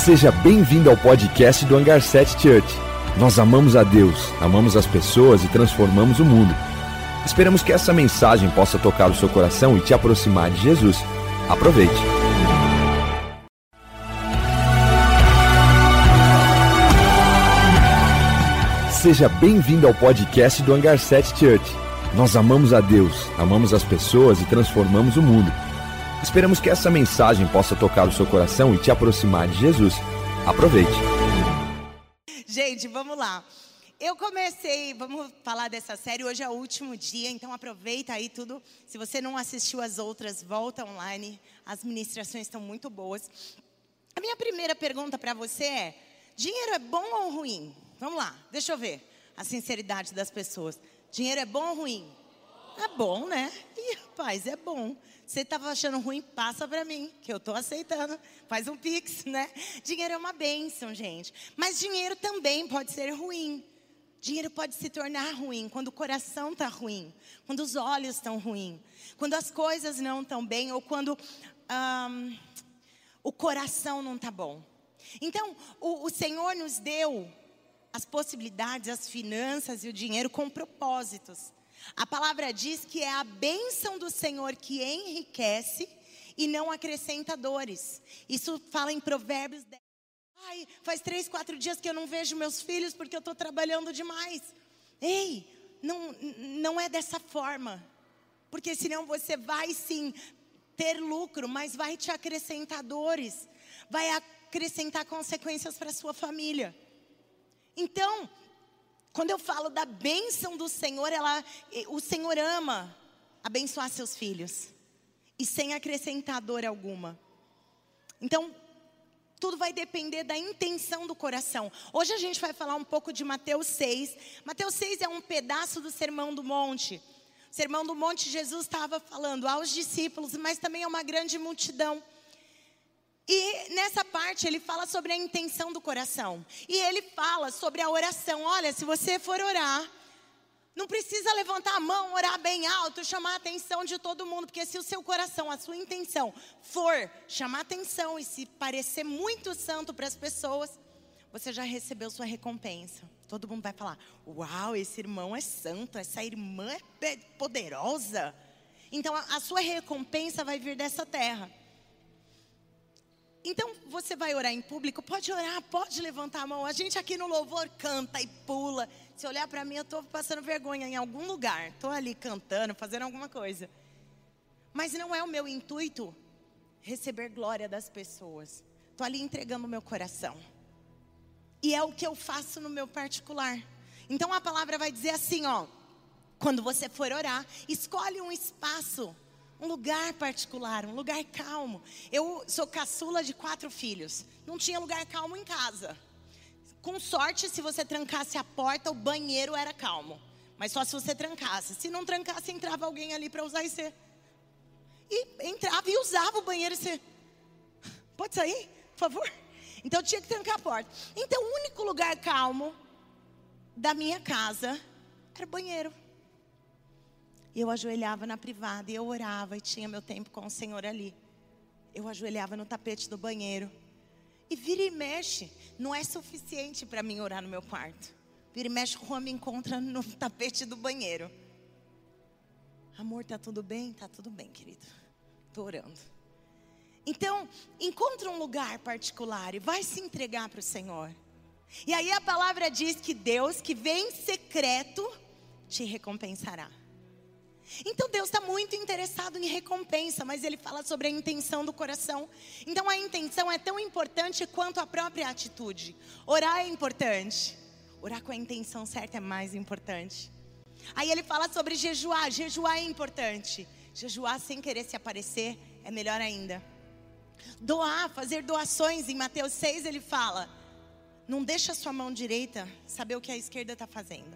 Seja bem-vindo ao podcast do Hangar 7 Church. Nós amamos a Deus, amamos as pessoas e transformamos o mundo. Esperamos que essa mensagem possa tocar o seu coração e te aproximar de Jesus. Aproveite! Seja bem-vindo ao podcast do Hangar 7 Church. Nós amamos a Deus, amamos as pessoas e transformamos o mundo. Esperamos que essa mensagem possa tocar o seu coração e te aproximar de Jesus. Aproveite! Gente, vamos lá. Vamos falar dessa série, hoje é o último dia, então aproveita aí tudo. Se você não assistiu as outras, volta online, as ministrações estão muito boas. A minha primeira pergunta para você é, dinheiro é bom ou ruim? Vamos lá, deixa eu ver a sinceridade das pessoas. Dinheiro é bom ou ruim? É bom, né? Ih, rapaz, é bom. Você estava achando ruim, passa para mim, que eu estou aceitando. Faz um pix, né? Dinheiro é uma bênção, gente. Mas dinheiro também pode ser ruim. Dinheiro pode se tornar ruim quando o coração está ruim, quando os olhos estão ruins, quando as coisas não estão bem ou quando o coração não está bom. Então, o Senhor nos deu as possibilidades, as finanças e o dinheiro com propósitos. A palavra diz que é a bênção do Senhor que enriquece e não acrescenta dores. Isso fala em Provérbios 10. Ai, faz 3, 4 dias que eu não vejo meus filhos porque eu estou trabalhando demais. Ei, não é dessa forma. Porque senão você vai sim ter lucro, mas vai te acrescentar dores. Vai acrescentar consequências para a sua família. Então, quando eu falo da bênção do Senhor, o Senhor ama abençoar seus filhos. E sem acrescentar dor alguma. Então, tudo vai depender da intenção do coração. Hoje a gente vai falar um pouco de Mateus 6. Mateus 6 é um pedaço do Sermão do Monte. O Sermão do Monte, Jesus estava falando aos discípulos, mas também a uma grande multidão. E nessa parte ele fala sobre a intenção do coração. E ele fala sobre a oração. Olha, se você for orar, não precisa levantar a mão, orar bem alto, chamar a atenção de todo mundo. Porque se o seu coração, a sua intenção for chamar atenção e se parecer muito santo para as pessoas, você já recebeu sua recompensa. Todo mundo vai falar, uau, esse irmão é santo, essa irmã é poderosa. Então a sua recompensa vai vir dessa terra. Então, você vai orar em público, pode orar, pode levantar a mão. A gente aqui no louvor canta e pula. Se olhar para mim, eu estou passando vergonha em algum lugar. Estou ali cantando, fazendo alguma coisa. Mas não é o meu intuito receber glória das pessoas. Estou ali entregando o meu coração. E é o que eu faço no meu particular. Então, a palavra vai dizer assim, ó. Quando você for orar, escolhe um espaço. Um lugar particular, um lugar calmo. Eu sou caçula de 4 filhos. Não tinha lugar calmo em casa. Com sorte, se você trancasse a porta, o banheiro era calmo. Mas só se você trancasse. Se não trancasse, entrava alguém ali para usar e você... E entrava e usava o banheiro e você... Pode sair, por favor? Então eu tinha que trancar a porta. Então o único lugar calmo da minha casa era o banheiro. E eu ajoelhava na privada e eu orava e tinha meu tempo com o Senhor ali. Eu ajoelhava no tapete do banheiro. E vira e mexe, não é suficiente para mim orar no meu quarto. Vira e mexe, o Juan me encontra no tapete do banheiro. Amor, tá tudo bem? Tá tudo bem, querido. Tô orando. Então, encontra um lugar particular e vai se entregar para o Senhor. E aí a palavra diz que Deus, que vem em secreto, te recompensará. Então Deus está muito interessado em recompensa, mas Ele fala sobre a intenção do coração. Então a intenção é tão importante quanto a própria atitude. Orar é importante, orar com a intenção certa é mais importante. Aí Ele fala sobre jejuar, jejuar é importante. Jejuar sem querer se aparecer é melhor ainda. Doar, fazer doações, em Mateus 6 Ele fala, não deixa a sua mão direita saber o que a esquerda está fazendo.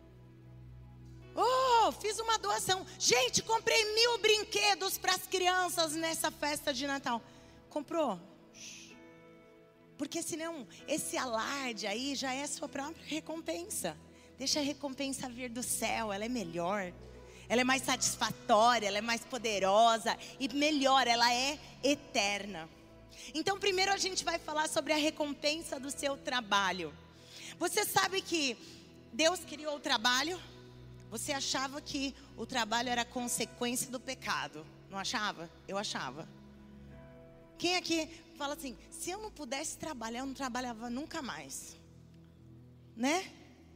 Oh, fiz uma doação. Gente, comprei 1000 brinquedos para as crianças nessa festa de Natal. Comprou? Porque senão esse alarde aí já é a sua própria recompensa. Deixa a recompensa vir do céu, ela é melhor. Ela é mais satisfatória, ela é mais poderosa e melhor, ela é eterna. Então, primeiro a gente vai falar sobre a recompensa do seu trabalho. Você sabe que Deus criou o trabalho? Você achava que o trabalho era consequência do pecado? Não achava? Eu achava. Quem aqui fala assim, se eu não pudesse trabalhar, eu não trabalhava nunca mais? Né?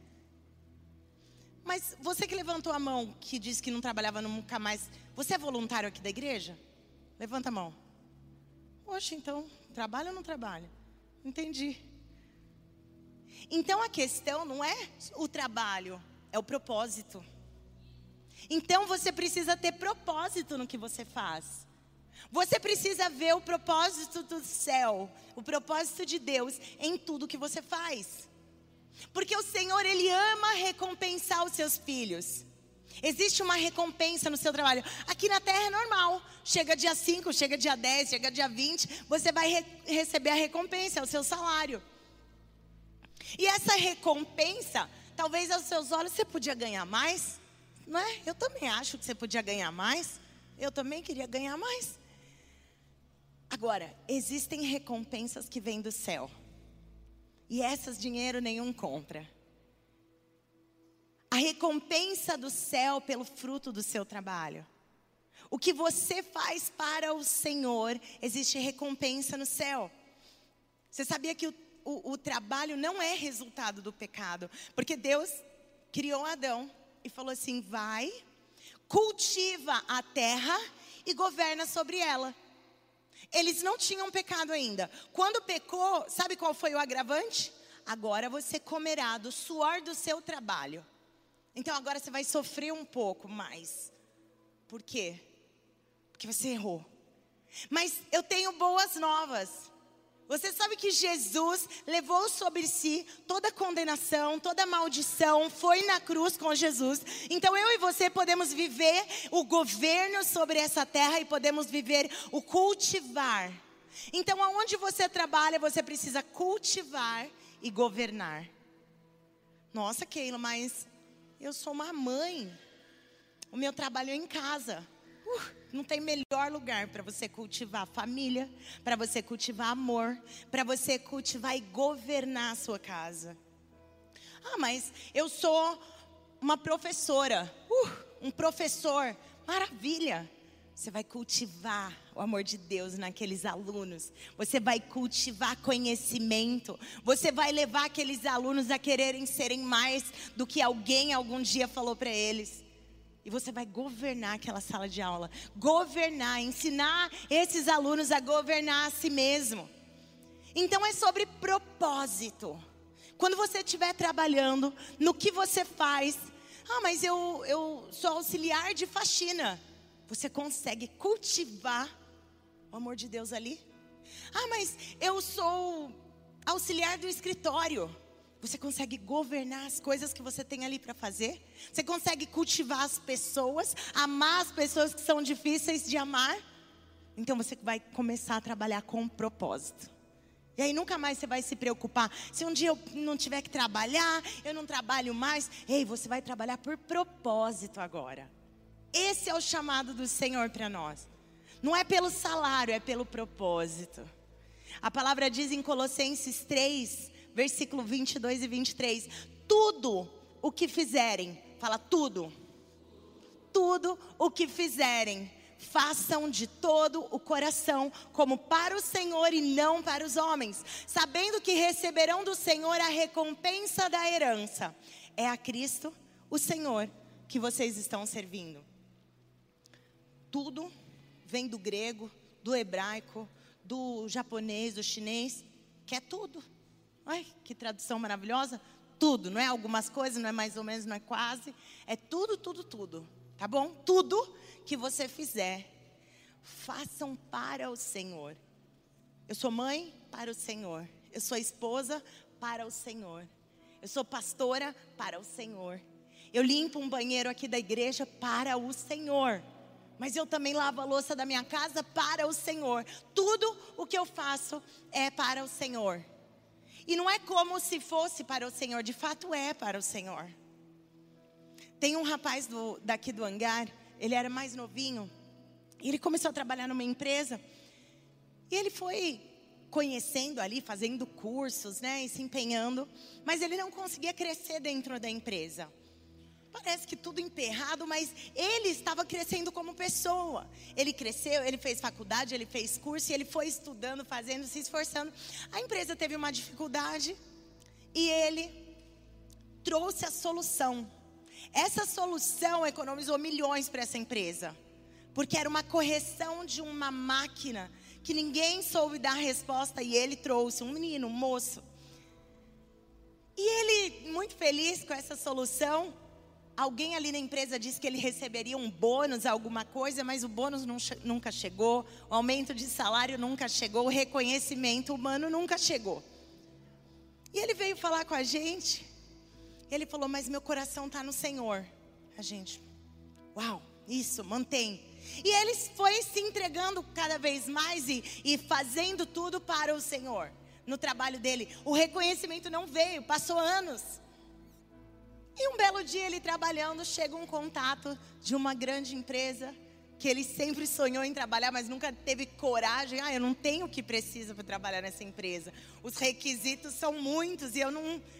Mas você que levantou a mão, que disse que não trabalhava nunca mais, você é voluntário aqui da igreja? Levanta a mão. Poxa, então, trabalha ou não trabalha? Entendi. Então a questão não é o trabalho, é o propósito. Então você precisa ter propósito no que você faz. Você precisa ver o propósito do céu, o propósito de Deus em tudo que você faz. Porque o Senhor, Ele ama recompensar os seus filhos. Existe uma recompensa no seu trabalho. Aqui na terra é normal. Chega dia 5, chega dia 10, chega dia 20, você vai receber a recompensa, é o seu salário. E essa recompensa, talvez aos seus olhos você podia ganhar mais, não é? Eu também acho que você podia ganhar mais. Eu também queria ganhar mais. Agora, existem recompensas que vêm do céu. E essas dinheiro nenhum compra. A recompensa do céu pelo fruto do seu trabalho. O que você faz para o Senhor, existe recompensa no céu. Você sabia que o trabalho não é resultado do pecado? Porque Deus criou Adão e falou assim, vai, cultiva a terra e governa sobre ela. Eles não tinham pecado ainda. Quando pecou, sabe qual foi o agravante? Agora você comerá do suor do seu trabalho. Então agora você vai sofrer um pouco mais. Por quê? Porque você errou. Mas eu tenho boas novas. Você sabe que Jesus levou sobre si toda a condenação, toda a maldição, foi na cruz com Jesus. Então eu e você podemos viver o governo sobre essa terra e podemos viver o cultivar. Então aonde você trabalha, você precisa cultivar e governar. Nossa, Keila, mas eu sou uma mãe. O meu trabalho é em casa. Não tem melhor lugar para você cultivar família, para você cultivar amor, para você cultivar e governar a sua casa. Ah, mas eu sou uma professora, um professor, maravilha. Você vai cultivar o amor de Deus naqueles alunos. Você vai cultivar conhecimento. Você vai levar aqueles alunos a quererem serem mais do que alguém algum dia falou para eles. E você vai governar aquela sala de aula. Governar, ensinar esses alunos a governar a si mesmo. Então é sobre propósito. Quando você estiver trabalhando, no que você faz. Ah, mas eu sou auxiliar de faxina. Você consegue cultivar o amor de Deus ali? Ah, mas eu sou auxiliar do escritório. Você consegue governar as coisas que você tem ali para fazer? Você consegue cultivar as pessoas, amar as pessoas que são difíceis de amar? Então você vai começar a trabalhar com propósito. E aí nunca mais você vai se preocupar. Se um dia eu não tiver que trabalhar, eu não trabalho mais. Ei, você vai trabalhar por propósito agora. Esse é o chamado do Senhor para nós. Não é pelo salário, é pelo propósito. A palavra diz em Colossenses 3... versículo 22 e 23. Tudo o que fizerem, fala tudo. Tudo o que fizerem, façam de todo o coração, como para o Senhor e não para os homens, sabendo que receberão do Senhor a recompensa da herança. É a Cristo, o Senhor, que vocês estão servindo. Tudo vem do grego, do hebraico, do japonês, do chinês, que é tudo. Ai, que tradução maravilhosa. Tudo, não é algumas coisas, não é mais ou menos, não é quase. É tudo, tudo, tudo. Tá bom? Tudo que você fizer, façam para o Senhor. Eu sou mãe para o Senhor. Eu sou esposa para o Senhor. Eu sou pastora para o Senhor. Eu limpo um banheiro aqui da igreja para o Senhor. Mas eu também lavo a louça da minha casa para o Senhor. Tudo o que eu faço é para o Senhor. E não é como se fosse para o Senhor, de fato é para o Senhor. Tem um rapaz daqui do hangar, ele era mais novinho. E ele começou a trabalhar numa empresa. E ele foi conhecendo ali, fazendo cursos, né, e se empenhando, mas ele não conseguia crescer dentro da empresa. Parece que tudo emperrado, mas ele estava crescendo como pessoa. Ele cresceu, ele fez faculdade, ele fez curso, e ele foi estudando, fazendo, se esforçando. A empresa teve uma dificuldade e ele trouxe a solução. Essa solução economizou milhões para essa empresa, porque era uma correção de uma máquina que ninguém soube dar resposta, e ele trouxe um menino, um moço. E ele, muito feliz com essa solução, alguém ali na empresa disse que ele receberia um bônus, alguma coisa, mas o bônus nunca chegou, o aumento de salário nunca chegou, o reconhecimento humano nunca chegou. E ele veio falar com a gente, ele falou, mas meu coração está no Senhor. A gente, uau, isso, mantém. E ele foi se entregando cada vez mais e fazendo tudo para o Senhor. No trabalho dele, o reconhecimento não veio, passou anos. E um belo dia ele trabalhando, chega um contato de uma grande empresa que ele sempre sonhou em trabalhar, mas nunca teve coragem. Eu não tenho o que precisa para trabalhar nessa empresa. Os requisitos são muitos e eu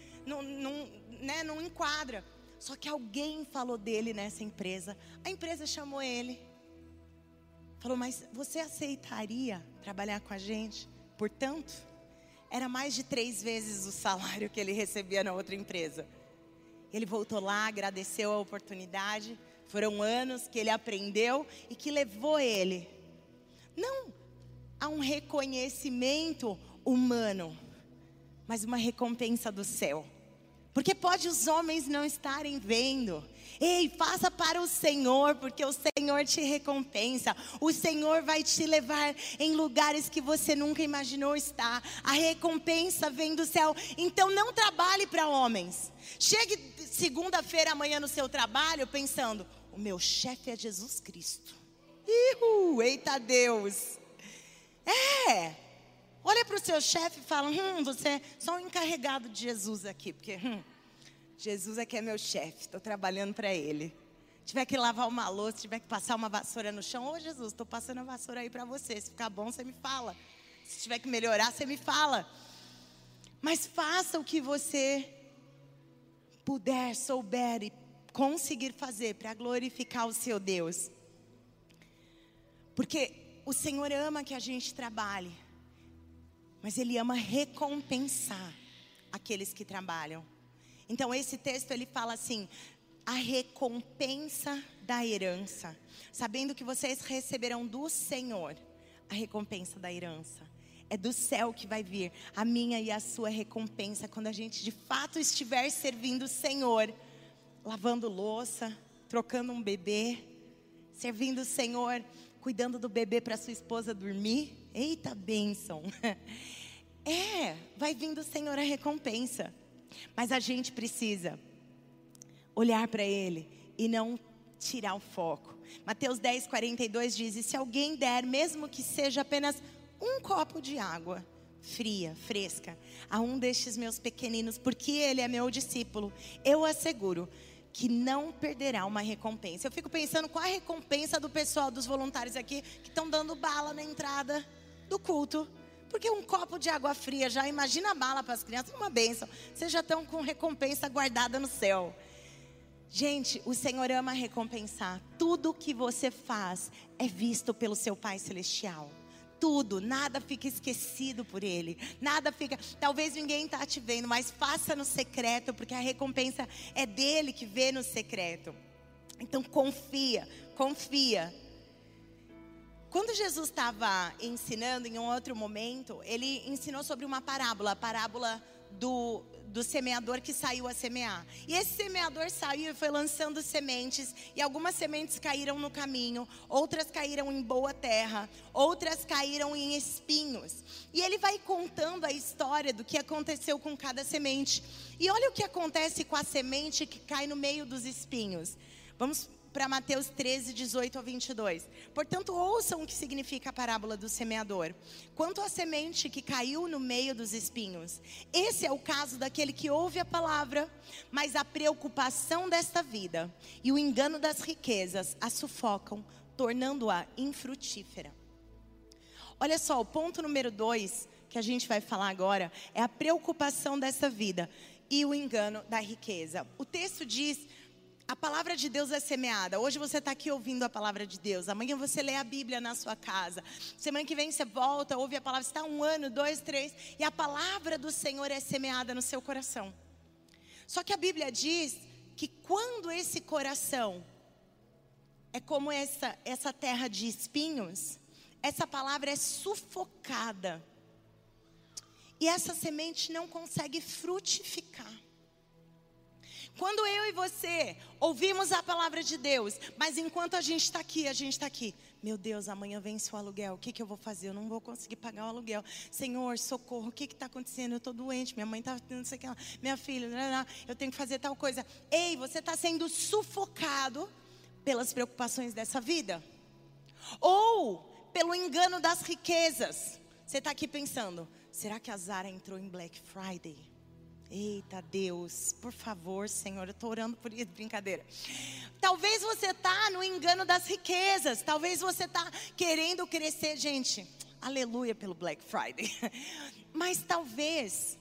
não enquadra. Só que alguém falou dele nessa empresa. A empresa chamou ele. Falou, mas você aceitaria trabalhar com a gente? Portanto, era mais de 3 vezes o salário que ele recebia na outra empresa. Ele voltou lá, agradeceu a oportunidade. Foram anos que ele aprendeu e que levou ele, não a um reconhecimento humano, mas uma recompensa do céu. Porque pode os homens não estarem vendo. Ei, faça para o Senhor, porque o Senhor te recompensa. O Senhor vai te levar em lugares que você nunca imaginou estar. A recompensa vem do céu. Então não trabalhe para homens. Chegue segunda-feira amanhã no seu trabalho pensando, o meu chefe é Jesus Cristo. Eita Deus. Olha para o seu chefe e fala, você é só um encarregado de Jesus aqui, porque Jesus é que é meu chefe, estou trabalhando para Ele. Se tiver que lavar uma louça, se tiver que passar uma vassoura no chão, ô Jesus, estou passando a vassoura aí para você. Se ficar bom, você me fala. Se tiver que melhorar, você me fala. Mas faça o que você puder, souber e conseguir fazer para glorificar o seu Deus. Porque o Senhor ama que a gente trabalhe. Mas Ele ama recompensar aqueles que trabalham. Então esse texto ele fala assim, a recompensa da herança. Sabendo que vocês receberão do Senhor a recompensa da herança. É do céu que vai vir a minha e a sua recompensa. Quando a gente de fato estiver servindo o Senhor. Lavando louça, trocando um bebê. Servindo o Senhor, cuidando do bebê para sua esposa dormir. Eita bênção. Vai vir do Senhor a recompensa. Mas a gente precisa olhar para Ele e não tirar o foco. Mateus 10:42 diz, e se alguém der, mesmo que seja apenas um copo de água fria, fresca, a um destes meus pequeninos, porque ele é meu discípulo, eu asseguro que não perderá uma recompensa. Eu fico pensando qual a recompensa do pessoal, dos voluntários aqui, que estão dando bala na entrada do culto. Porque um copo de água fria, já imagina a bala para as crianças, uma bênção. Vocês já estão com recompensa guardada no céu. Gente, o Senhor ama recompensar. Tudo que você faz é visto pelo seu Pai Celestial. Tudo, nada fica esquecido por Ele. Nada fica, talvez ninguém está te vendo, mas faça no secreto, porque a recompensa é dele que vê no secreto. Então confia. Quando Jesus estava ensinando em um outro momento, Ele ensinou sobre uma parábola, a parábola do semeador que saiu a semear. E esse semeador saiu e foi lançando sementes, e algumas sementes caíram no caminho, outras caíram em boa terra, outras caíram em espinhos. E ele vai contando a história do que aconteceu com cada semente. E olha o que acontece com a semente que cai no meio dos espinhos. Vamos para Mateus 13:18-22. Portanto, ouçam o que significa a parábola do semeador. Quanto à semente que caiu no meio dos espinhos, esse é o caso daquele que ouve a palavra, mas a preocupação desta vida e o engano das riquezas a sufocam, tornando-a infrutífera. Olha só, o ponto número 2 que a gente vai falar agora é a preocupação dessa vida e o engano da riqueza. O texto diz, a palavra de Deus é semeada. Hoje você está aqui ouvindo a palavra de Deus. Amanhã você lê a Bíblia na sua casa. Semana que vem você volta, ouve a palavra. Você está 1 ano, 2, 3. E a palavra do Senhor é semeada no seu coração. Só que a Bíblia diz que quando esse coração é como essa terra de espinhos, essa palavra é sufocada. E essa semente não consegue frutificar. Quando eu e você ouvimos a palavra de Deus, mas enquanto a gente está aqui. Meu Deus, amanhã vence o aluguel, o que eu vou fazer? Eu não vou conseguir pagar o aluguel. Senhor, socorro, o que está acontecendo? Eu estou doente, minha mãe está, não sei o que lá, minha filha, eu tenho que fazer tal coisa. Ei, você está sendo sufocado pelas preocupações dessa vida. Ou pelo engano das riquezas. Você está aqui pensando, será que a Zara entrou em Black Friday? Eita Deus, por favor, Senhor, eu estou orando por isso, brincadeira. Talvez você está no engano das riquezas. Talvez você está querendo crescer, gente, aleluia pelo Black Friday. Mas talvez,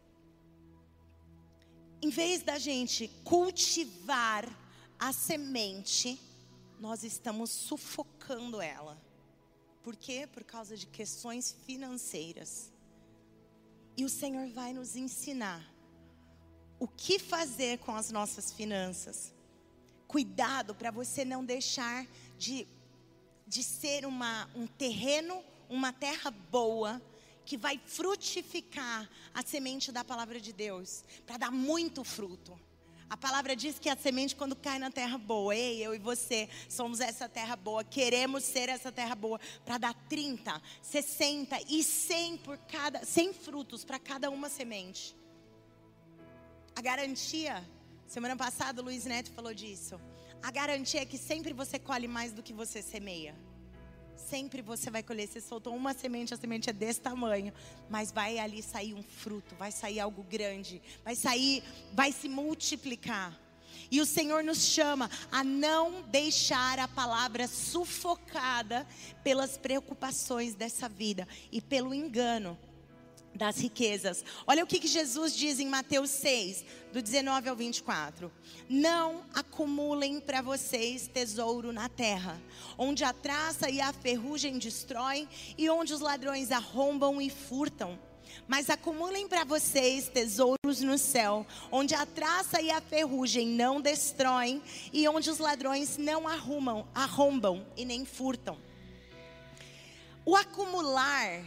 em vez da gente cultivar a semente, nós estamos sufocando ela. Por quê? Por causa de questões financeiras. E o Senhor vai nos ensinar o que fazer com as nossas finanças. Cuidado para você não deixar de ser um terreno, uma terra boa, que vai frutificar a semente da palavra de Deus, para dar muito fruto. A palavra diz que a semente quando cai na terra boa, eu e você somos essa terra boa, queremos ser essa terra boa, para dar 30, 60 e 100 frutos para cada uma semente. A garantia, semana passada o Luiz Neto falou disso, a garantia é que sempre você colhe mais do que você semeia. Sempre você vai colher. Você soltou uma semente, a semente é desse tamanho, mas vai ali sair um fruto, vai sair algo grande, vai se multiplicar. E o Senhor nos chama a não deixar a palavra sufocada pelas preocupações dessa vida e pelo engano das riquezas. Olha o que Jesus diz em Mateus 6, do 19 ao 24. Não acumulem para vocês tesouro na terra, onde a traça e a ferrugem destroem e onde os ladrões arrombam e furtam. Mas acumulem para vocês tesouros no céu, onde a traça e a ferrugem não destroem e onde os ladrões não arrombam e nem furtam. O acumular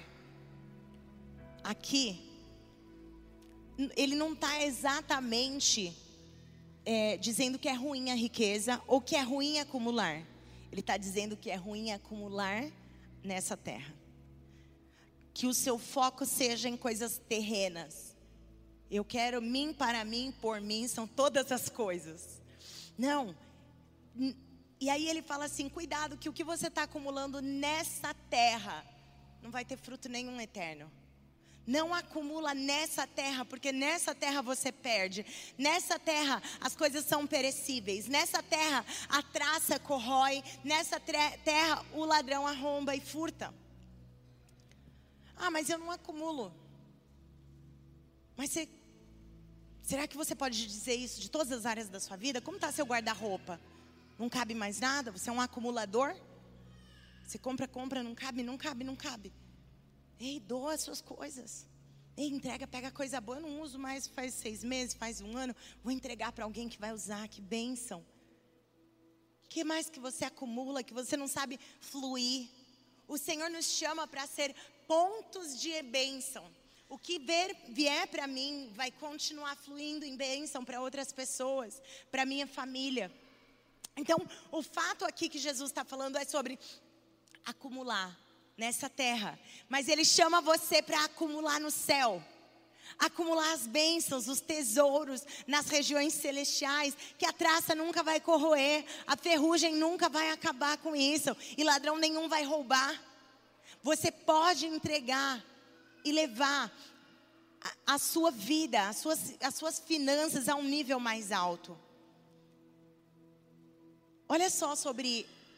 aqui, ele não está exatamente dizendo que é ruim a riqueza ou que é ruim acumular. Ele está dizendo que é ruim acumular nessa terra. Que o seu foco seja em coisas terrenas. Eu quero mim, para mim, por mim, são todas as coisas. Não. E aí ele fala assim, cuidado que o que você está acumulando nessa terra não vai ter fruto nenhum eterno. Não acumula nessa terra, porque nessa terra você perde. Nessa terra as coisas são perecíveis. Nessa terra a traça corrói. Nessa terra o ladrão arromba e furta. Ah, mas eu não acumulo. Mas será que você pode dizer isso de todas as áreas da sua vida? Como está seu guarda-roupa? Não cabe mais nada? Você é um acumulador? Você compra, não cabe. Ei, doa as suas coisas. Ei, entrega, pega coisa boa. Eu não uso mais faz 6 meses, faz 1 ano. Vou entregar para alguém que vai usar, que bênção. O que mais que você acumula, que você não sabe fluir? O Senhor nos chama para ser pontos de bênção. O que vier para mim vai continuar fluindo em bênção para outras pessoas, para minha família. Então, o fato aqui que Jesus está falando é sobre acumular nessa terra, mas Ele chama você para acumular no céu, acumular as bênçãos, os tesouros nas regiões celestiais, que a traça nunca vai corroer, a ferrugem nunca vai acabar com isso, e ladrão nenhum vai roubar. Você pode entregar e levar a sua vida, as suas finanças a um nível mais alto. Olha só sobre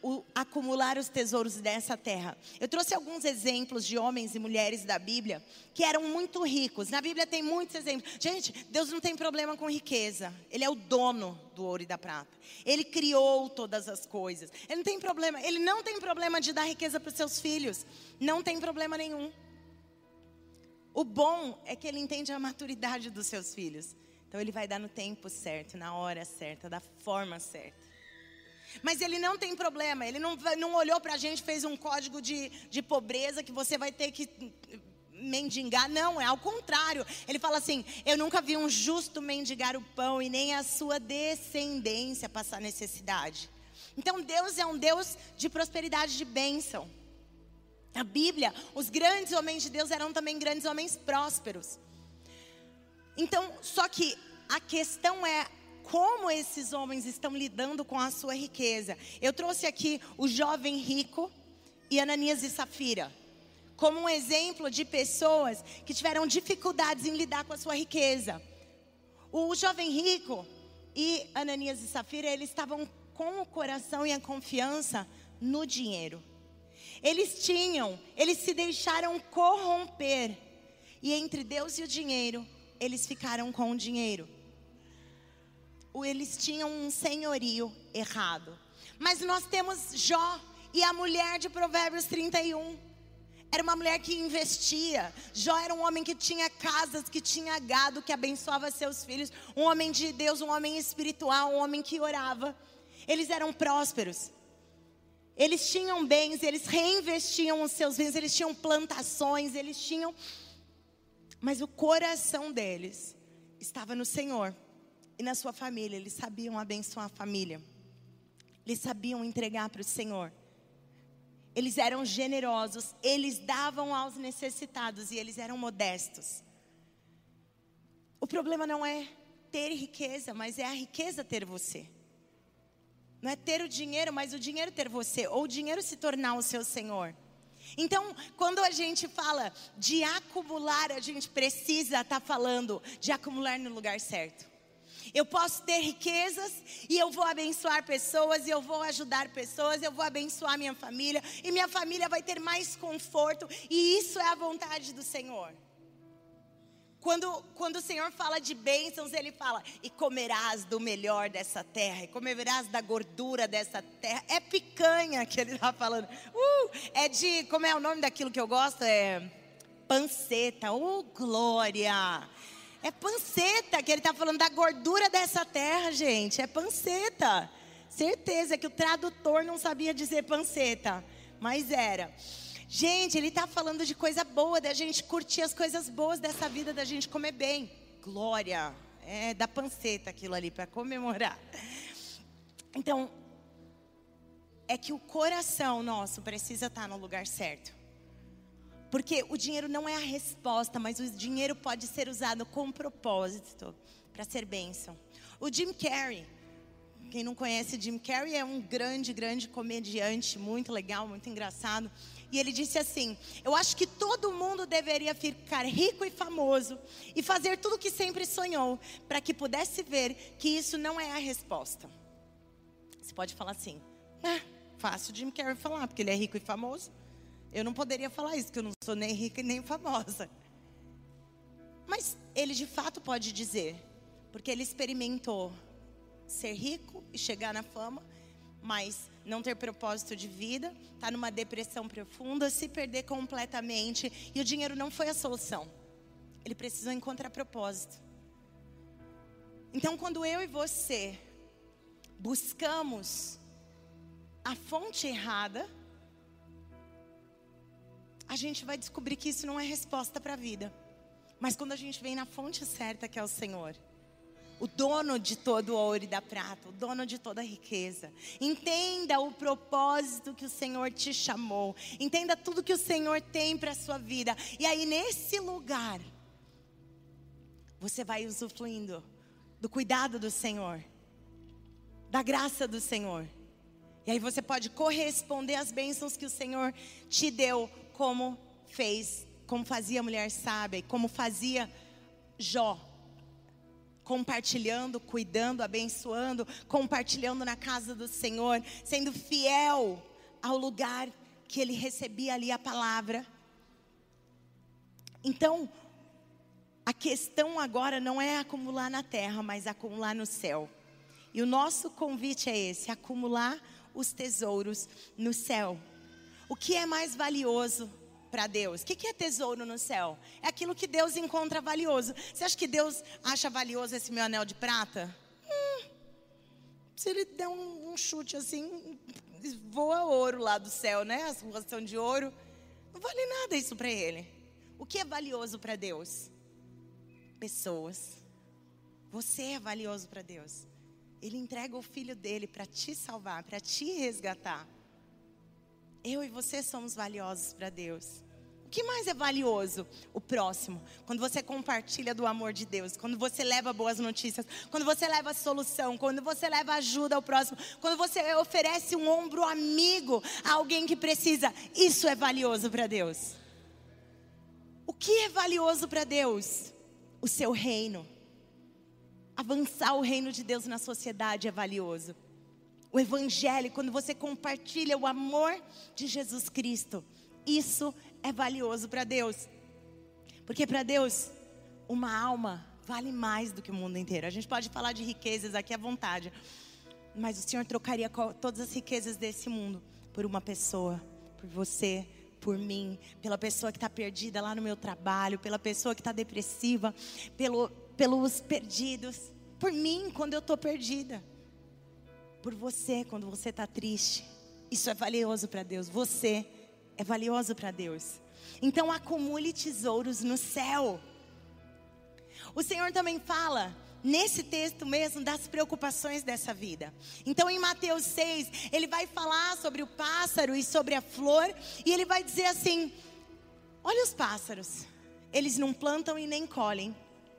acumular os tesouros dessa terra. Eu trouxe alguns exemplos de homens e mulheres da Bíblia que eram muito ricos. Na Bíblia tem muitos exemplos. Gente, Deus não tem problema com riqueza. Ele é o dono do ouro e da prata. Ele criou todas as coisas. Ele não tem problema de dar riqueza para os seus filhos. Não tem problema nenhum. O bom é que ele entende a maturidade dos seus filhos. Então ele vai dar no tempo certo, na hora certa, da forma certa. Mas ele não tem problema, ele não olhou pra gente, fez um código de pobreza que você vai ter que mendigar. Não, é ao contrário. Ele fala assim: eu nunca vi um justo mendigar o pão e nem a sua descendência passar necessidade. Então Deus é um Deus de prosperidade, de bênção. Na Bíblia, os grandes homens de Deus eram também grandes homens prósperos. Então, só que a questão é como esses homens estão lidando com a sua riqueza. Eu trouxe aqui o jovem rico e Ananias e Safira como um exemplo de pessoas que tiveram dificuldades em lidar com a sua riqueza. O jovem rico e Ananias e Safira, eles estavam com o coração e a confiança no dinheiro. Eles se deixaram corromper. E entre Deus e o dinheiro, eles ficaram com o dinheiro. Eles tinham um senhorio errado. Mas nós temos Jó e a mulher de Provérbios 31. Era uma mulher que investia. Jó era um homem que tinha casas, que tinha gado, que abençoava seus filhos. Um homem de Deus, um homem espiritual, um homem que orava. Eles eram prósperos. Eles tinham bens, eles reinvestiam os seus bens, eles tinham plantações, mas o coração deles estava no Senhor e na sua família. Eles sabiam abençoar a família. Eles sabiam entregar para o Senhor. Eles eram generosos. Eles davam aos necessitados e eles eram modestos. O problema não é ter riqueza, mas é a riqueza ter você. Não é ter o dinheiro, mas o dinheiro ter você. Ou o dinheiro se tornar o seu Senhor. Então, quando a gente fala de acumular, a gente precisa estar falando de acumular no lugar certo. Eu posso ter riquezas e eu vou abençoar pessoas, e eu vou ajudar pessoas, eu vou abençoar minha família, e minha família vai ter mais conforto, e isso é a vontade do Senhor. Quando o Senhor fala de bênçãos, Ele fala: e comerás do melhor dessa terra, e comerás da gordura dessa terra. É picanha que Ele está falando. Como é o nome daquilo que eu gosto? É panceta. Glória! É panceta que Ele está falando, da gordura dessa terra, gente. É panceta. Certeza que o tradutor não sabia dizer panceta, mas era. Gente, Ele está falando de coisa boa, da gente curtir as coisas boas dessa vida, da gente comer bem. Glória, é da panceta aquilo ali para comemorar. Então, é que o coração nosso precisa estar no lugar certo. Porque o dinheiro não é a resposta, mas o dinheiro pode ser usado com propósito para ser bênção. O Jim Carrey, quem não conhece Jim Carrey, é um grande comediante, muito legal, muito engraçado. E ele disse assim: eu acho que todo mundo deveria ficar rico e famoso e fazer tudo o que sempre sonhou, para que pudesse ver que isso não é a resposta. Você pode falar assim: fácil Jim Carrey falar, porque ele é rico e famoso. Eu não poderia falar isso, porque eu não sou nem rica e nem famosa. Mas ele de fato pode dizer, porque ele experimentou ser rico e chegar na fama, mas não ter propósito de vida, estar numa depressão profunda, se perder completamente. E o dinheiro não foi a solução. Ele precisou encontrar propósito. Então, quando eu e você buscamos a fonte errada, a gente vai descobrir que isso não é resposta para a vida. Mas quando a gente vem na fonte certa, que é o Senhor, o dono de todo o ouro e da prata, o dono de toda a riqueza. Entenda o propósito que o Senhor te chamou. Entenda tudo que o Senhor tem para a sua vida. E aí nesse lugar, você vai usufruindo do cuidado do Senhor, da graça do Senhor. E aí você pode corresponder às bênçãos que o Senhor te deu, como fazia a mulher sábia, como fazia Jó. compartilhando, cuidando, abençoando, compartilhando na casa do Senhor, sendo fiel ao lugar que ele recebia ali a palavra. Então, a questão agora não é acumular na terra, mas acumular no céu. E o nosso convite é esse: acumular os tesouros no céu. O que é mais valioso para Deus? O que é tesouro no céu? É aquilo que Deus encontra valioso. Você acha que Deus acha valioso esse meu anel de prata? Se ele der um chute assim, voa ouro lá do céu, né? As ruas são de ouro. Não vale nada isso para ele. O que é valioso para Deus? Pessoas. Você é valioso para Deus. Ele entrega o filho dele para te salvar, para te resgatar. Eu e você somos valiosos para Deus. O que mais é valioso? O próximo. Quando você compartilha do amor de Deus, quando você leva boas notícias, quando você leva solução, quando você leva ajuda ao próximo, quando você oferece um ombro amigo a alguém que precisa, isso é valioso para Deus. O que é valioso para Deus? O seu reino. Avançar o reino de Deus na sociedade é valioso. O evangelho, quando você compartilha o amor de Jesus Cristo, isso é valioso para Deus. Porque para Deus, uma alma vale mais do que o mundo inteiro. A gente pode falar de riquezas aqui à vontade, mas o Senhor trocaria todas as riquezas desse mundo por uma pessoa, por você, por mim, pela pessoa que está perdida lá no meu trabalho, pela pessoa que está depressiva, pelos perdidos, por mim quando eu estou perdida, por você quando você está triste. Isso é valioso para Deus. Você é valioso para Deus. Então acumule tesouros no céu. O Senhor também fala nesse texto mesmo das preocupações dessa vida. Então em Mateus 6, ele vai falar sobre o pássaro e sobre a flor, e ele vai dizer assim: olha os pássaros, eles não plantam e nem colhem.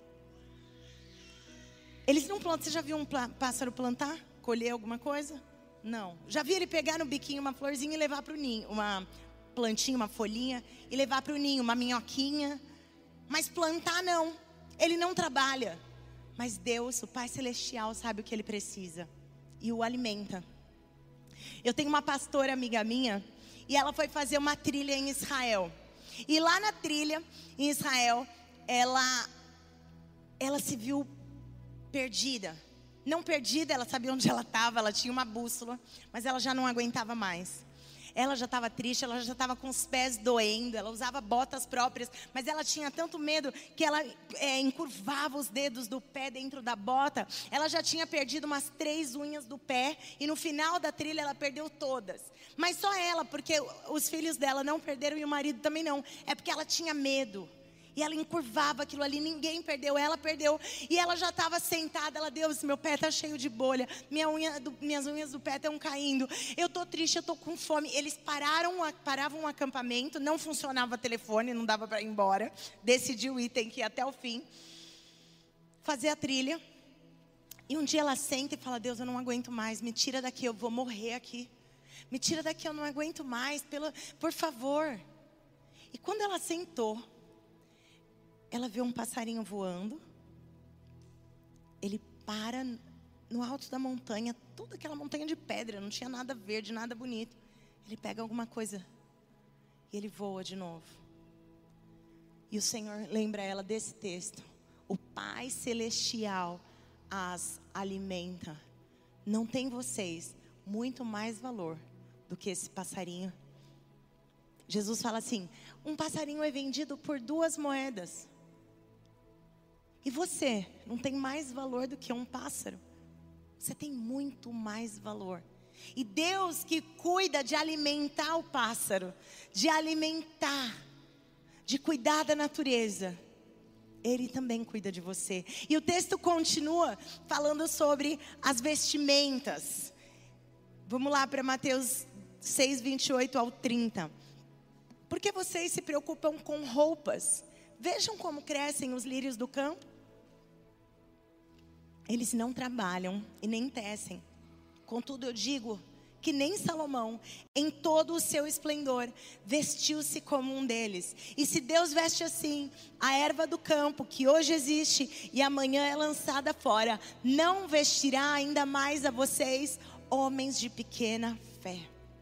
Eles não plantam. Você já viu um pássaro plantar? Colher alguma coisa? Não. Já vi ele pegar no biquinho uma florzinha e levar para o ninho, uma plantinha, uma folhinha, e levar para o ninho, uma minhoquinha. Mas plantar não. Ele não trabalha. Mas Deus, o Pai Celestial, sabe o que ele precisa e o alimenta. Eu tenho uma pastora amiga minha, e ela foi fazer uma trilha em Israel. E lá na trilha em Israel, ela se viu perdida. Não perdida, ela sabia onde ela estava, ela tinha uma bússola, mas ela já não aguentava mais. Ela já estava triste, ela já estava com os pés doendo, ela usava botas próprias, mas ela tinha tanto medo que ela encurvava os dedos do pé dentro da bota. Ela já tinha perdido umas 3 unhas do pé, e no final da trilha ela perdeu todas. Mas só ela, porque os filhos dela não perderam e o marido também não. É porque ela tinha medo. E ela encurvava aquilo ali, ninguém perdeu, ela perdeu. E ela já estava sentada, ela: Deus, meu pé está cheio de bolha, minhas unhas do pé estão caindo, eu estou triste, eu estou com fome. Eles paravam um acampamento, não funcionava o telefone, não dava para ir embora. Decidiu ir, tem que ir até o fim, fazer a trilha. E um dia ela senta e fala: Deus, eu não aguento mais, me tira daqui, eu vou morrer aqui. Me tira daqui, eu não aguento mais, por favor. E quando ela sentou, ela vê um passarinho voando. Ele para no alto da montanha, toda aquela montanha de pedra, não tinha nada verde, nada bonito. Ele pega alguma coisa e ele voa de novo. E o Senhor lembra ela desse texto: o Pai Celestial as alimenta. Não tem vocês muito mais valor do que esse passarinho? Jesus fala assim: um passarinho é vendido por 2 moedas. E você não tem mais valor do que um pássaro. Você tem muito mais valor. E Deus, que cuida de alimentar o pássaro, de alimentar, de cuidar da natureza, Ele também cuida de você. E o texto continua falando sobre as vestimentas. Vamos lá para Mateus 6, 28 ao 30. Porque vocês se preocupam com roupas? Vejam como crescem os lírios do campo. Eles não trabalham e nem tecem. Contudo, eu digo que nem Salomão, em todo o seu esplendor, vestiu-se como um deles. E se Deus veste assim a erva do campo, que hoje existe e amanhã é lançada fora, não vestirá ainda mais a vocês, homens de pequena fé.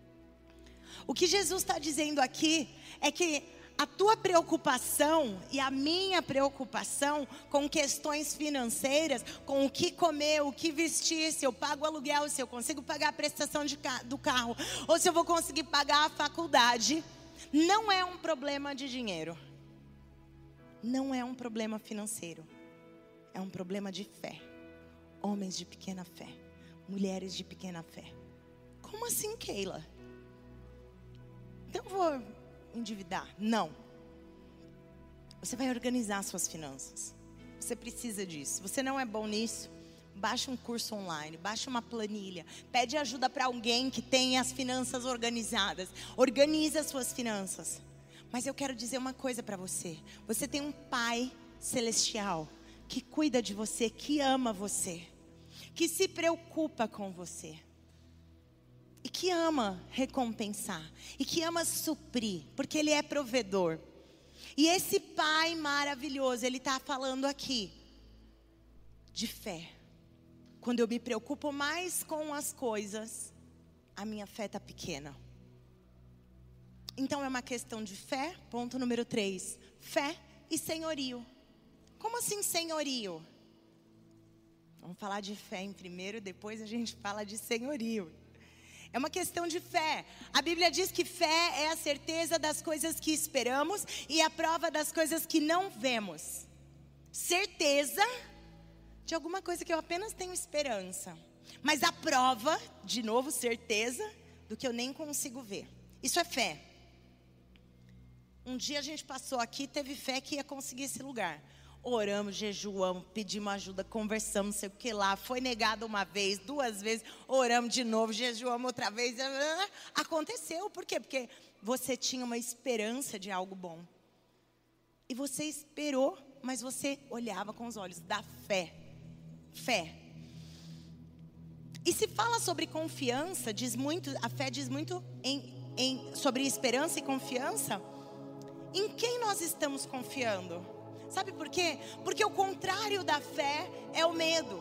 O que Jesus está dizendo aqui é que a tua preocupação e a minha preocupação com questões financeiras, com o que comer, o que vestir, se eu pago aluguel, se eu consigo pagar a prestação do carro, ou se eu vou conseguir pagar a faculdade, não é um problema de dinheiro. Não é um problema financeiro. É um problema de fé. Homens de pequena fé. Mulheres de pequena fé. Como assim, Keila? Então eu vou endividar? Não. Você vai organizar suas finanças. Você precisa disso. Você não é bom nisso? Baixa um curso online, baixa uma planilha, pede ajuda para alguém que tem as finanças organizadas. Organiza as suas finanças. Mas eu quero dizer uma coisa para você. Você tem um Pai celestial que cuida de você, que ama você, que se preocupa com você. E que ama recompensar. E que ama suprir. Porque Ele é provedor. E esse Pai maravilhoso, Ele está falando aqui de fé. Quando eu me preocupo mais com as coisas, a minha fé está pequena. Então é uma questão de fé. Ponto número 3. Fé e senhorio. Como assim senhorio? Vamos falar de fé em primeiro, depois a gente fala de senhorio. É uma questão de fé. A Bíblia diz que fé é a certeza das coisas que esperamos e a prova das coisas que não vemos. Certeza de alguma coisa que eu apenas tenho esperança. Mas a prova, de novo, certeza do que eu nem consigo ver. Isso é fé. Um dia a gente passou aqui, teve fé que ia conseguir esse lugar. Oramos, jejuamos, pedimos ajuda, conversamos, não sei o que lá. Foi negado uma vez, 2 vezes, oramos de novo, jejuamos outra vez. Aconteceu, por quê? Porque você tinha uma esperança de algo bom. E você esperou, mas você olhava com os olhos da fé. Fé. E se fala sobre confiança, diz muito, a fé diz muito sobre esperança e confiança. Em quem nós estamos confiando? Sabe por quê? Porque o contrário da fé é o medo.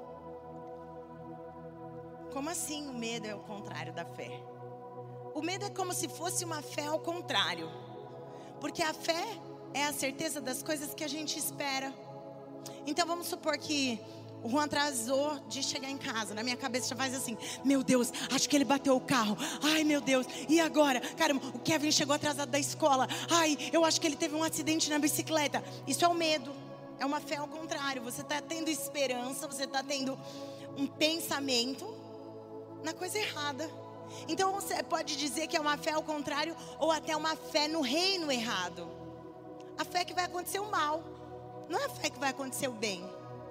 Como assim o medo é o contrário da fé? O medo é como se fosse uma fé ao contrário. Porque a fé é a certeza das coisas que a gente espera. Então vamos supor que o Juan atrasou de chegar em casa. Na minha cabeça já faz assim: meu Deus, acho que ele bateu o carro. Ai, meu Deus, e agora? Caramba, o Kevin chegou atrasado da escola. Ai, eu acho que ele teve um acidente na bicicleta. Isso é o medo. É uma fé ao contrário. Você está tendo esperança, você está tendo um pensamento na coisa errada. Então você pode dizer que é uma fé ao contrário, ou até uma fé no reino errado. A fé que vai acontecer o mal, não é a fé que vai acontecer o bem.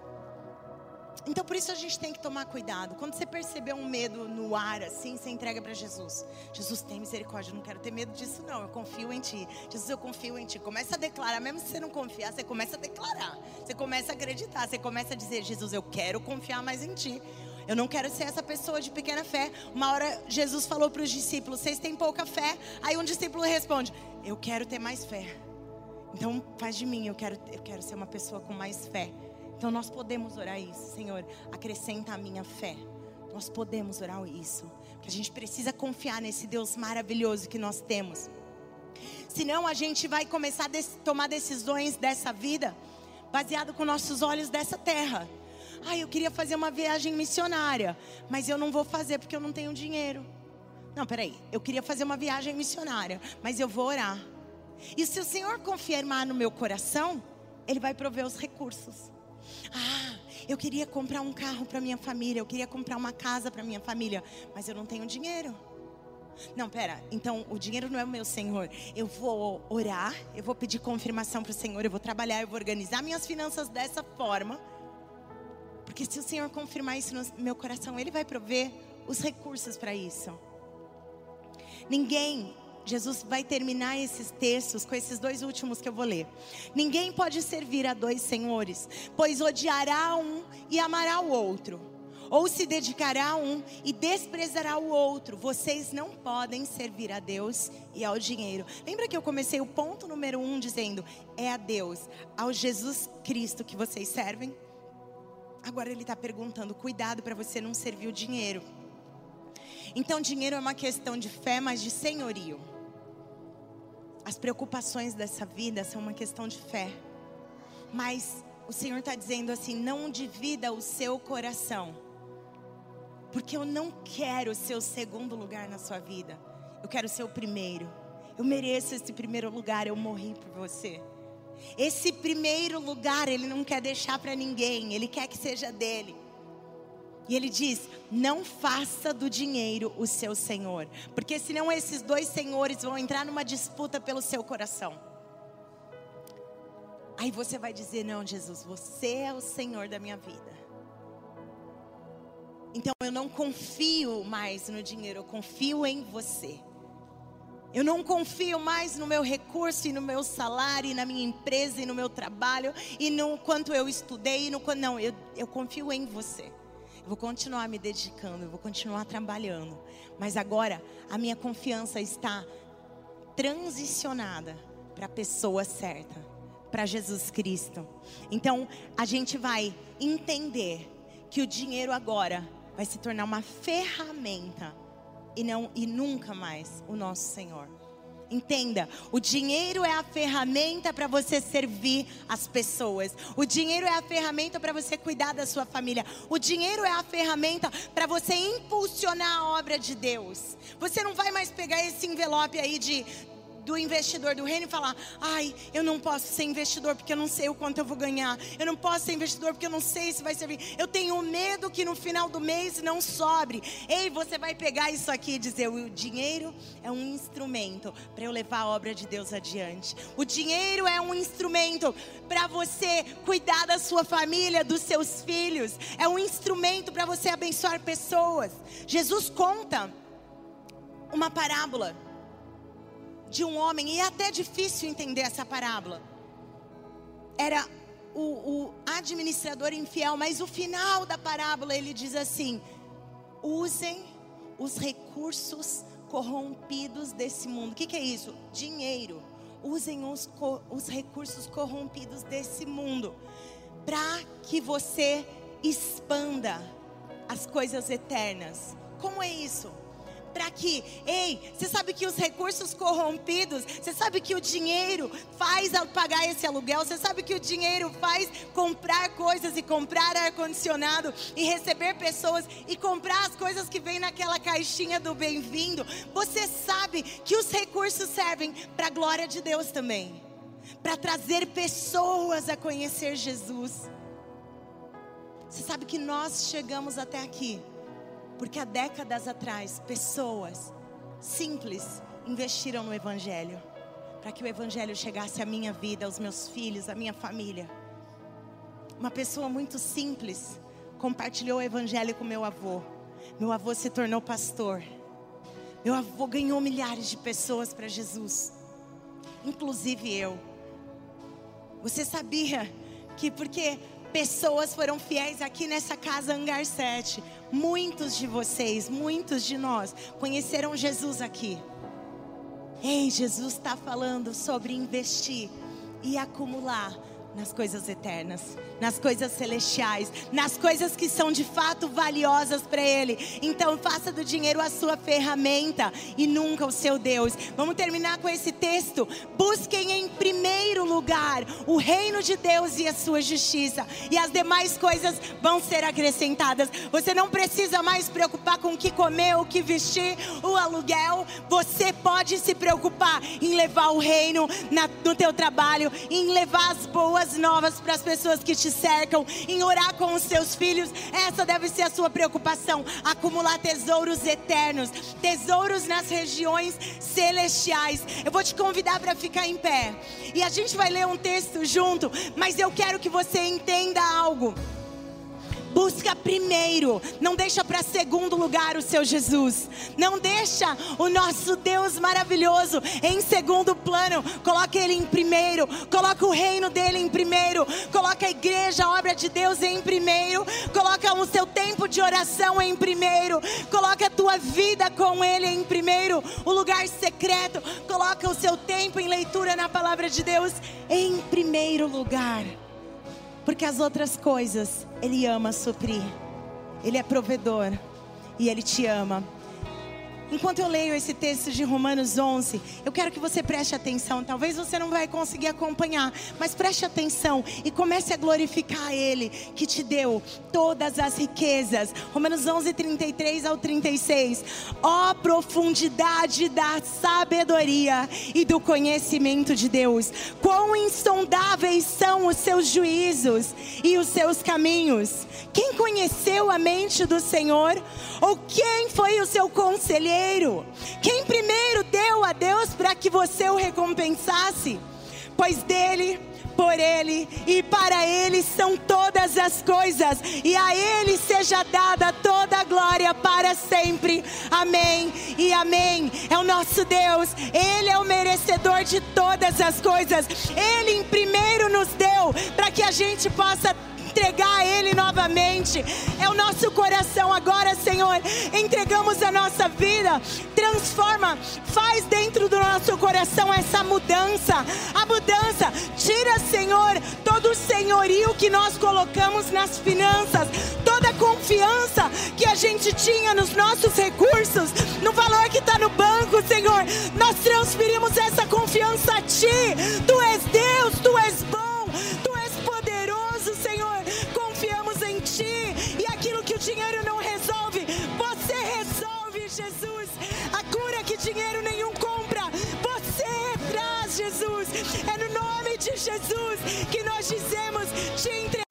Então por isso a gente tem que tomar cuidado. Quando você perceber um medo no ar assim, você entrega para Jesus. Jesus, tem misericórdia, eu não quero ter medo disso não, eu confio em Ti. Jesus, eu confio em Ti. Começa a declarar, mesmo se você não confiar, você começa a declarar. Você começa a acreditar, você começa a dizer: Jesus, eu quero confiar mais em Ti. Eu não quero ser essa pessoa de pequena fé. Uma hora Jesus falou para os discípulos: vocês têm pouca fé. Aí um discípulo responde: eu quero ter mais fé. Então faz de mim, eu quero ser uma pessoa com mais fé. Então nós podemos orar isso: Senhor, acrescenta a minha fé. Nós podemos orar isso, porque a gente precisa confiar nesse Deus maravilhoso que nós temos. Senão a gente vai começar a tomar decisões dessa vida baseado com nossos olhos dessa terra. Eu queria fazer uma viagem missionária, mas eu não vou fazer porque eu não tenho dinheiro. Não, peraí, eu queria fazer uma viagem missionária, mas eu vou orar. E se o Senhor confirmar no meu coração, Ele vai prover os recursos. Eu queria comprar um carro para minha família, eu queria comprar uma casa para minha família, mas eu não tenho dinheiro. Não, pera, então o dinheiro não é o meu Senhor. Eu vou orar, eu vou pedir confirmação para o Senhor, eu vou trabalhar, eu vou organizar minhas finanças dessa forma. Porque se o Senhor confirmar isso no meu coração, Ele vai prover os recursos para isso. Jesus vai terminar esses textos com esses 2 últimos que eu vou ler. Ninguém pode servir a 2 senhores, pois odiará um e amará o outro. ou se dedicará a um e desprezará o outro. Vocês não podem servir a Deus e ao dinheiro. Lembra que eu comecei o ponto número 1 dizendo: é a Deus, ao Jesus Cristo que vocês servem? Agora ele está perguntando: cuidado para você não servir o dinheiro. Então dinheiro é uma questão de fé, mas de senhorio. As preocupações dessa vida são uma questão de fé. Mas o Senhor está dizendo assim: não divida o seu coração. Porque eu não quero ser o segundo lugar na sua vida. Eu quero ser o primeiro. Eu mereço esse primeiro lugar, eu morri por você. Esse primeiro lugar Ele não quer deixar para ninguém. Ele quer que seja dele. E Ele diz: não faça do dinheiro o seu senhor. Porque senão esses dois senhores vão entrar numa disputa pelo seu coração. Aí você vai dizer: não, Jesus, você é o Senhor da minha vida. Então eu não confio mais no dinheiro, eu confio em você. Eu não confio mais no meu recurso e no meu salário, e na minha empresa e no meu trabalho, e no quanto eu estudei. Não, eu confio em você. Eu vou continuar me dedicando, eu vou continuar trabalhando. Mas agora a minha confiança está transicionada para a pessoa certa, para Jesus Cristo. Então a gente vai entender que o dinheiro agora vai se tornar uma ferramenta e nunca mais o nosso Senhor. Entenda, o dinheiro é a ferramenta para você servir as pessoas. O dinheiro é a ferramenta para você cuidar da sua família. O dinheiro é a ferramenta para você impulsionar a obra de Deus. Você não vai mais pegar esse envelope aí do investidor do reino e falar: ai, eu não posso ser investidor porque eu não sei o quanto eu vou ganhar. Eu não posso ser investidor porque eu não sei se vai servir. Eu tenho medo que no final do mês não sobre. Ei, você vai pegar isso aqui e dizer: o dinheiro é um instrumento para eu levar a obra de Deus adiante. O dinheiro é um instrumento para você cuidar da sua família, dos seus filhos. É um instrumento para você abençoar pessoas. Jesus conta uma parábola de um homem, e é até difícil entender essa parábola. Era o administrador infiel, mas o final da parábola ele diz assim: usem os recursos corrompidos desse mundo. O que é isso? Dinheiro. Usem os recursos corrompidos desse mundo para que você expanda as coisas eternas. Como é isso? Para que, você sabe que os recursos corrompidos, você sabe que o dinheiro faz pagar esse aluguel, você sabe que o dinheiro faz comprar coisas e comprar ar-condicionado e receber pessoas e comprar as coisas que vem naquela caixinha do bem-vindo. Você sabe que os recursos servem para a glória de Deus também, para trazer pessoas a conhecer Jesus. Você sabe que nós chegamos até aqui porque há décadas atrás, pessoas simples investiram no Evangelho, para que o Evangelho chegasse à minha vida, aos meus filhos, à minha família. Uma pessoa muito simples compartilhou o Evangelho com meu avô. Meu avô se tornou pastor. Meu avô ganhou milhares de pessoas para Jesus, inclusive eu. Você sabia que porque pessoas foram fiéis aqui nessa casa Hangar 7, muitos de vocês, muitos de nós conheceram Jesus aqui. Jesus está falando sobre investir e acumular nas coisas eternas, nas coisas celestiais, nas coisas que são de fato valiosas para Ele. Então faça do dinheiro a sua ferramenta e nunca o seu Deus. Vamos terminar com esse texto. Busquem em primeiro lugar o reino de Deus e a sua justiça, e as demais coisas vão ser acrescentadas. Você não precisa mais se preocupar com o que comer, o que vestir, o aluguel. Você pode se preocupar em levar o reino no teu trabalho, em levar as boas novas para as pessoas que te cercam, em orar com os seus filhos. Essa deve ser a sua preocupação: acumular tesouros eternos, tesouros nas regiões celestiais. Eu vou te convidar para ficar em pé e a gente vai ler um texto junto, mas eu quero que você entenda algo. Busca primeiro, não deixa para segundo lugar o seu Jesus. Não deixa o nosso Deus maravilhoso em segundo plano. Coloca Ele em primeiro, coloca o reino dEle em primeiro, coloca a igreja, a obra de Deus em primeiro, coloca o seu tempo de oração em primeiro, coloca a tua vida com Ele em primeiro, o lugar secreto, coloca o seu tempo em leitura na palavra de Deus em primeiro lugar. Porque as outras coisas Ele ama suprir. Ele é provedor e Ele te ama. Enquanto eu leio esse texto de Romanos 11, eu quero que você preste atenção. Talvez você não vai conseguir acompanhar, mas preste atenção e comece a glorificar Ele, que te deu todas as riquezas. Romanos 11, 33 ao 36. Ó profundidade da sabedoria e do conhecimento de Deus. Quão insondáveis são os seus juízos e os seus caminhos. Quem conheceu a mente do Senhor? Ou quem foi o seu conselheiro? Quem primeiro deu a Deus para que você o recompensasse? Pois dele, por Ele e para Ele são todas as coisas, e a Ele seja dada toda a glória para sempre. Amém e amém. É o nosso Deus, Ele é o merecedor de todas as coisas. Ele em primeiro nos deu para que a gente possa entregar a Ele novamente. É o nosso coração agora, Senhor. Entregamos a nossa vida. Transforma, faz dentro do nosso coração essa mudança. A mudança, tira, Senhor, todo o senhorio que nós colocamos nas finanças, toda a confiança que a gente tinha nos nossos recursos, no valor que está no banco, Senhor. Nós transferimos essa confiança a Ti. Tu és Deus, Tu és bom, Tu és poderoso, Senhor. Confiamos em Ti, e aquilo que o dinheiro não resolve, Você resolve, Jesus. A cura que dinheiro nenhum compra, Você traz, Jesus. É no nome de Jesus que nós dizemos: te entregamos.